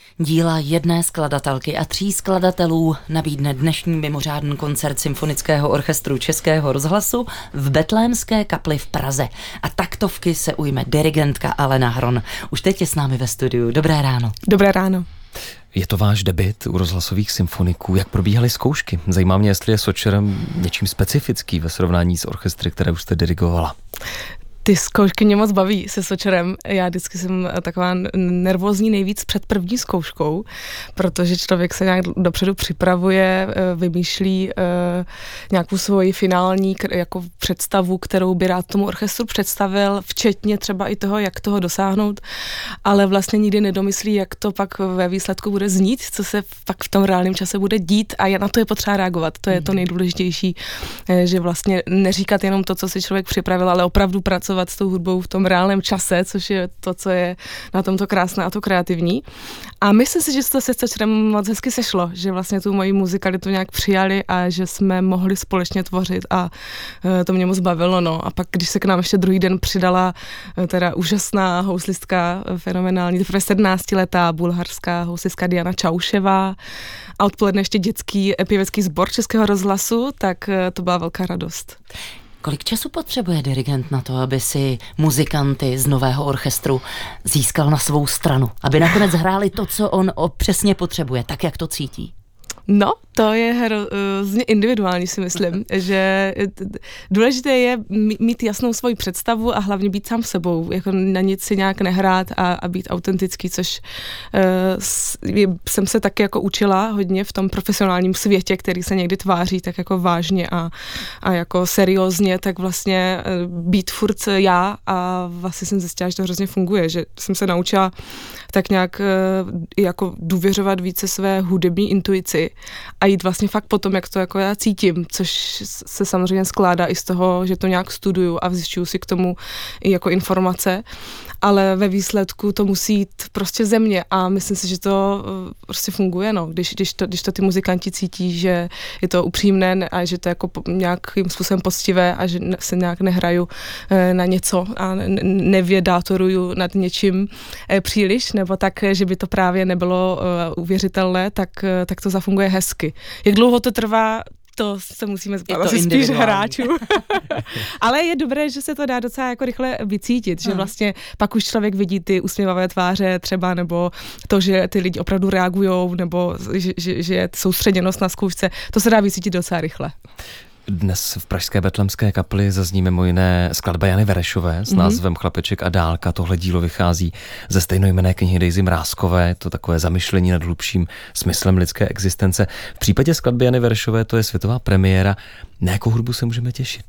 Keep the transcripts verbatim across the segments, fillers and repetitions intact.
Díla jedné skladatelky a tří skladatelů nabídne dnešní mimořádný koncert Symfonického orchestru Českého rozhlasu v Betlémské kapli v Praze. A taktovky se ujme dirigentka Alena Hron. Už teď je s námi ve studiu. Dobré ráno. Dobré ráno. Je to váš debut u rozhlasových symfoniků. Jak probíhaly zkoušky? Zajímá mě, jestli je Sočer něčím specifický ve srovnání s orchestry, které už jste dirigovala. Ty zkoušky mě moc baví se Sočerem. Já vždycky jsem taková nervózní nejvíc před první zkouškou, protože člověk se nějak dopředu připravuje, vymýšlí nějakou svoji finální jako představu, kterou by rád tomu orchestru představil, včetně třeba i toho, jak toho dosáhnout, ale vlastně nikdy nedomyslí, jak to pak ve výsledku bude znít, co se pak v tom reálném čase bude dít a na to je potřeba reagovat. To je to nejdůležitější, že vlastně neříkat jenom to, co si člověk připravil, ale opravdu pracovat s tou hudbou v tom reálném čase, což je to, co je na tomto krásné a to kreativní. A myslím si, že to se Sočerem moc hezky sešlo, že vlastně tu moji muzikalitu nějak přijali a že jsme mohli společně tvořit a to mě moc bavilo. No. A pak, když se k nám ještě druhý den přidala teda úžasná houslistka, fenomenální, teprve sedmnáctiletá bulharská houslistka Diana Čauševá a odpoledne ještě dětský pěvecký sbor Českého rozhlasu, tak to byla velká radost. Kolik času potřebuje dirigent na to, aby si muzikanty z nového orchestru získal na svou stranu? Aby nakonec hráli to, co on přesně potřebuje, tak, jak to cítí? No, to je hrozně individuální, si myslím, že důležité je mít jasnou svoji představu a hlavně být sám sebou, jako na nic si nějak nehrát a, a být autentický, což uh, jsem se taky jako učila hodně v tom profesionálním světě, který se někdy tváří tak jako vážně a, a jako seriózně, tak vlastně být furt já a vlastně jsem zjistila, že to hrozně funguje, že jsem se naučila tak nějak uh, jako důvěřovat více své hudební intuici a jít vlastně fakt po tom, jak to jako já cítím, což se samozřejmě skládá i z toho, že to nějak studuju a zjišťuju si k tomu i jako informace, ale ve výsledku to musí jít prostě ze mě a myslím si, že to prostě funguje, no, když, když, to, když to ty muzikanti cítí, že je to upřímné a že to je jako nějakým způsobem poctivé a že se nějak nehraju na něco a nevědátoruju nad něčím příliš, nebo tak, že by to právě nebylo uvěřitelné, tak, tak to zafunguje hezky. Jak dlouho to trvá, to se musíme zeptat asi spíš hráčů. Ale je dobré, že se to dá docela jako rychle vycítit, že vlastně pak už člověk vidí ty usměvavé tváře třeba, nebo to, že ty lidi opravdu reagujou, nebo že, že, že je soustředěnost na zkoušce, to se dá vycítit docela rychle. Dnes v pražské Betlémské kapli zazní mimo jiné skladba Jany Verešové s názvem mm-hmm. Chlapeček a dálka. Tohle dílo vychází ze stejnojmenné knihy Daisy Mrázkové, to takové zamyšlení nad hlubším smyslem lidské existence. V případě skladby Jany Verešové to je světová premiéra. Na jakou hudbu se můžeme těšit?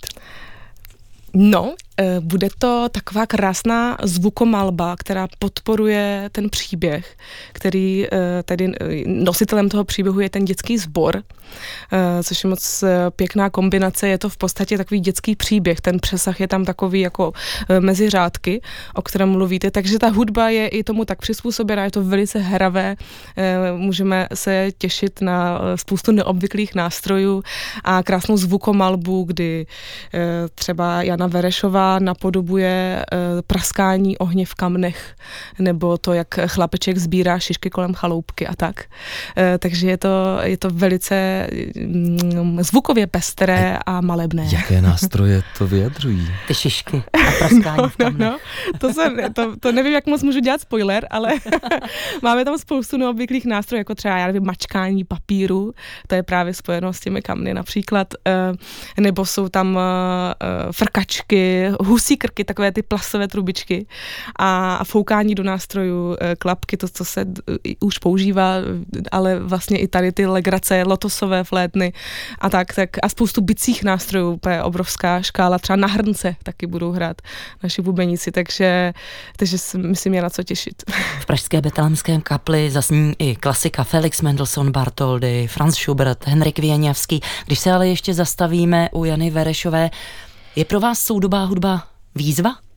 No, bude to taková krásná zvukomalba, která podporuje ten příběh, který tedy nositelem toho příběhu je ten dětský sbor, což je moc pěkná kombinace, je to v podstatě takový dětský příběh, ten přesah je tam takový jako mezi řádky, o kterém mluvíte, takže ta hudba je i tomu tak přizpůsobená, je to velice hravé, můžeme se těšit na spoustu neobvyklých nástrojů a krásnou zvukomalbu, kdy třeba Jana Verešová napodobuje e, praskání ohně v kamnech, nebo to, jak chlapeček sbírá šišky kolem chaloupky a tak. E, takže je to, je to velice mm, zvukově pestré a malebné. Jaké nástroje to vyjadřují? Ty šišky a praskání no, v kamnech. No, no. To, se, to, to nevím, jak moc můžu dělat spoiler, ale máme tam spoustu neobvyklých nástrojů, jako třeba, já nevím, mačkání papíru, to je právě spojeno s těmi kamny například, e, nebo jsou tam e, frkačky, husí krky, takové ty plasové trubičky a foukání do nástrojů, klapky, to, co se už používá, ale vlastně i tady ty legrace, lotosové flétny a tak, tak a spoustu bicích nástrojů, to je obrovská škála, třeba na hrnce taky budou hrát naši bubeníci, takže, takže myslím, je na co těšit. V pražské Betlémském kapli zasní i klasika Felix Mendelssohn Bartholdy, Franz Schubert, Henryk Wieniawski. Když se ale ještě zastavíme u Jany Verešové, je pro vás soudobá hudba výzva?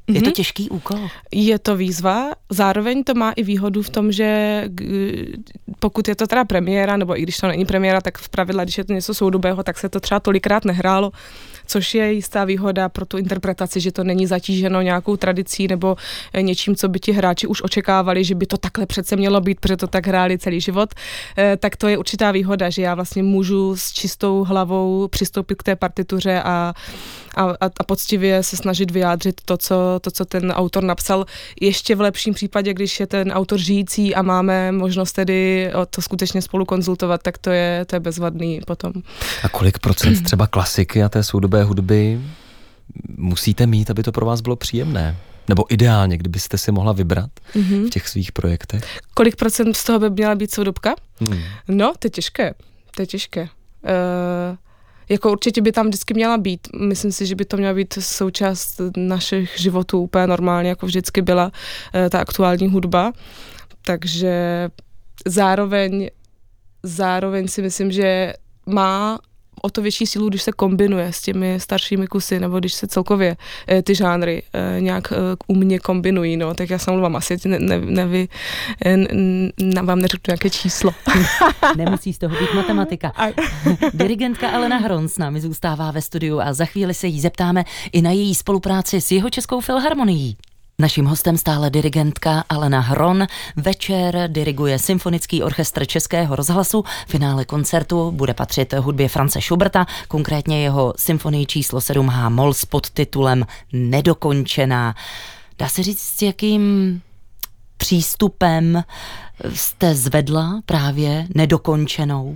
Je to těžký úkol? Je to výzva, zároveň to má i výhodu v tom, že pokud je to teda premiéra, nebo i když to není premiéra, tak zpravidla, když je to něco soudobého, tak se to třeba tolikrát nehrálo, což je jistá výhoda pro tu interpretaci, že to není zatíženo nějakou tradicí nebo něčím, co by ti hráči už očekávali, že by to takhle přece mělo být, protože to tak hráli celý život, tak to je určitá výhoda, že já vlastně můžu s čistou hlavou přistoupit k té partituře a A, a, a poctivě se snažit vyjádřit to co, to, co ten autor napsal. Ještě v lepším případě, když je ten autor žijící a máme možnost tedy to skutečně spolu konzultovat, tak to je, to je bezvadný potom. A kolik procent třeba klasiky a té soudobé hudby musíte mít, aby to pro vás bylo příjemné? Nebo ideálně, kdybyste si mohla vybrat mm-hmm. v těch svých projektech? Kolik procent z toho by měla být soudobka? Hmm. No, to je těžké. To je těžké. Uh, Jako určitě by tam vždycky měla být. Myslím si, že by to měla být součást našich životů úplně normálně, jako vždycky byla e, ta aktuální hudba. Takže zároveň, zároveň si myslím, že má o to větší sílu, když se kombinuje s těmi staršími kusy, nebo když se celkově e, ty žánry e, nějak e, umně kombinují, no, tak já se mluvám, asi ne, ne, nevy, e, ne, vám neřeknu nějaké číslo. Nemusí z toho být matematika. Dirigentka Alena Hron s námi zůstává ve studiu a za chvíli se jí zeptáme i na její spolupráci s Jihočeskou filharmonií. Naším hostem stále dirigentka Alena Hron. Večer diriguje Symfonický orchestr Českého rozhlasu. Finále koncertu bude patřit hudbě Franze Schuberta, konkrétně jeho symfonii číslo sedm há moll s podtitulem Nedokončená. Dá se říct, s jakým přístupem jste zvedla právě Nedokončenou?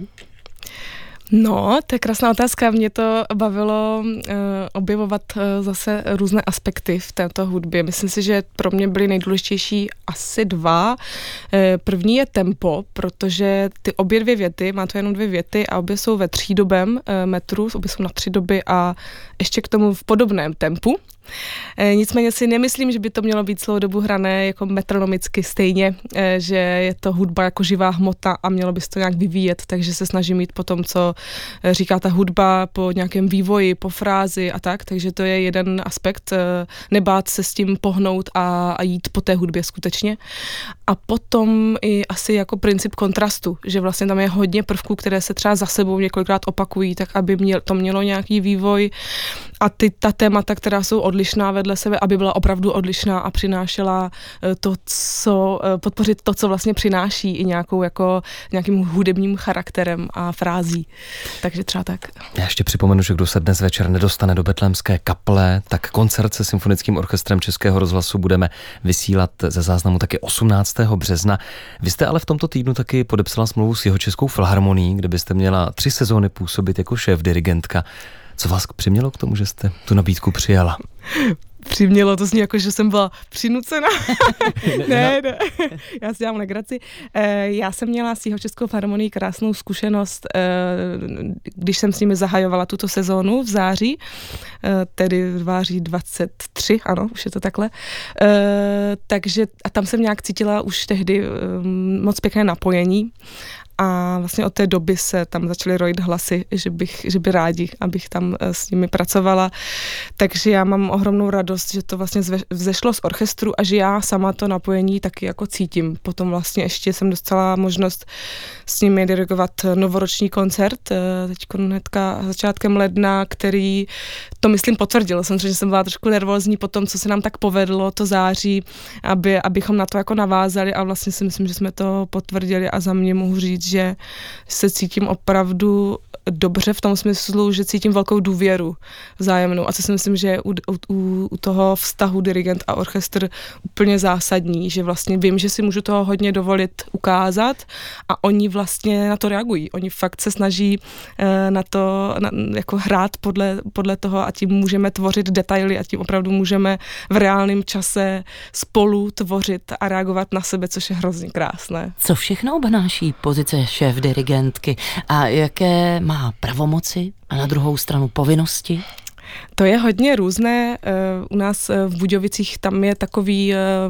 No, to je krásná otázka. Mě to bavilo uh, objevovat uh, zase různé aspekty v této hudbě. Myslím si, že pro mě byly nejdůležitější asi dva. Uh, první je tempo, protože ty obě dvě věty, má to jenom dvě věty a obě jsou ve třídobém uh, metru, obě jsou na tři doby a ještě k tomu v podobném tempu. E, nicméně si nemyslím, že by to mělo být celou dobu hrané jako metronomicky stejně, e, že je to hudba jako živá hmota a mělo by se to nějak vyvíjet, takže se snažím jít po tom, co říká ta hudba, po nějakém vývoji, po frázi a tak, takže to je jeden aspekt, e, nebát se s tím pohnout a, a jít po té hudbě skutečně. A potom i asi jako princip kontrastu, že vlastně tam je hodně prvků, které se třeba za sebou několikrát opakují, tak aby měl, to mělo nějaký vývoj a ty, ta témata, která jsou odlišná vedle sebe, aby byla opravdu odlišná a přinášela to, co, podpořit to, co vlastně přináší i nějakou jako nějakým hudebním charakterem a frází. Takže třeba tak. Já ještě připomenu, že kdo se dnes večer nedostane do Betlémské kaple, tak koncert se Symfonickým orchestrem Českého rozhlasu budeme vysílat ze záznamu taky osmnáctého března. Vy jste ale v tomto týdnu taky podepsala smlouvu s Jihočeskou filharmonií, kde byste měla tři sezóny působit jako šéf dirigentka. Co vás přimělo k tomu, že jste tu nabídku přijala? Přimělo, to zní jako, že jsem byla přinucena. ne, ne, já si dělám legraci. Já jsem měla s Jihočeskou filharmonií krásnou zkušenost, když jsem s nimi zahajovala tuto sezónu v září, tedy v září dvacet tři, ano, už je to takhle. Takže a tam jsem nějak cítila už tehdy moc pěkné napojení. A vlastně od té doby se tam začaly rojit hlasy, že, bych, že by rádi, abych tam s nimi pracovala. Takže já mám ohromnou radost, že to vlastně vzešlo z orchestru a že já sama to napojení taky jako cítím. Potom vlastně ještě jsem dostala možnost s nimi dirigovat novoroční koncert, teďko hnedka začátkem ledna, který to myslím potvrdil. Samozřejmě jsem byla trošku nervózní po tom, co se nám tak povedlo to září, aby, abychom na to jako navázali a vlastně si myslím, že jsme to potvrdili a za mě mohu říct, že se cítím opravdu dobře v tom smyslu, že cítím velkou důvěru vzájemnou a co si myslím, že je u, u, u toho vztahu dirigent a orchestr úplně zásadní, že vlastně vím, že si můžu toho hodně dovolit ukázat a oni vlastně na to reagují. Oni fakt se snaží uh, na to na, jako hrát podle, podle toho a tím můžeme tvořit detaily a tím opravdu můžeme v reálném čase spolu tvořit a reagovat na sebe, což je hrozně krásné. Co všechno obnáší pozice šéf dirigentky a jaké má pravomoci a na druhou stranu povinnosti? To je hodně různé. U nás v Budějovicích tam je takový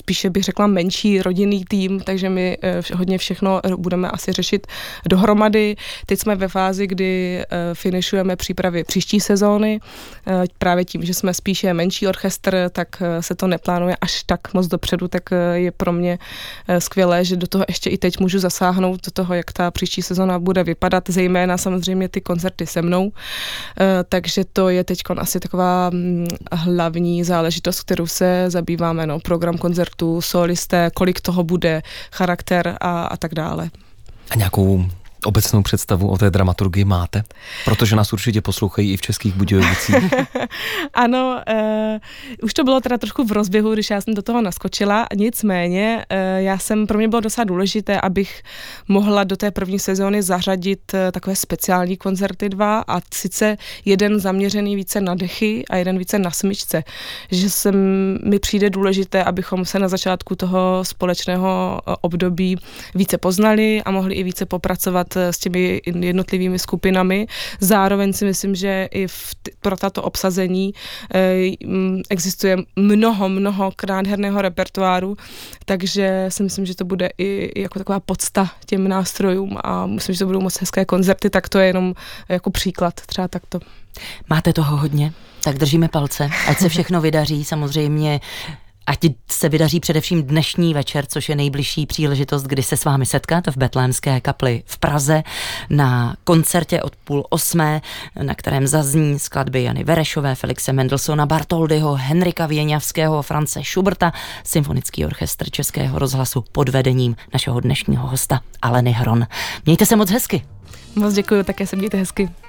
spíše bych řekla menší rodinný tým, takže my hodně všechno budeme asi řešit dohromady. Teď jsme ve fázi, kdy finišujeme přípravy příští sezóny. Právě tím, že jsme spíše menší orchestr, tak se to neplánuje až tak moc dopředu, tak je pro mě skvělé, že do toho ještě i teď můžu zasáhnout do toho, jak ta příští sezóna bude vypadat, zejména samozřejmě ty koncerty se mnou. Takže to je teď asi taková hlavní záležitost, kterou se zabýváme, no, program koncertů, solisté, kolik toho bude, charakter a, a tak dále. A nějakou obecnou představu o té dramaturgii máte? Protože nás určitě poslouchají i v Českých Budějovicích. Ano, uh, už to bylo teda trošku v rozběhu, když já jsem do toho naskočila, nicméně uh, já jsem, pro mě bylo docela důležité, abych mohla do té první sezóny zařadit uh, takové speciální koncerty dva, a sice jeden zaměřený více na dechy a jeden více na smyčce. Že sem, mi přijde důležité, abychom se na začátku toho společného období více poznali a mohli i více popracovat s těmi jednotlivými skupinami. Zároveň si myslím, že i v, pro tato obsazení eh, existuje mnoho, mnoho nádherného repertoáru, takže si myslím, že to bude i jako taková podsta těm nástrojům a myslím, že to budou moc hezké koncerty, tak to je jenom jako příklad, třeba takto. Máte toho hodně, tak držíme palce, ať se všechno vydaří, samozřejmě. Ať se vydaří především dnešní večer, což je nejbližší příležitost, kdy se s vámi setkat v Betlémské kapli v Praze na koncertě od půl osmé, na kterém zazní skladby Jany Verešové, Felixe Mendelssohna Bartholdyho, Henrika Věňavského, France Schuberta, Symfonický orchestr Českého rozhlasu pod vedením našeho dnešního hosta Aleny Hron. Mějte se moc hezky. Moc děkuju, také se mějte hezky.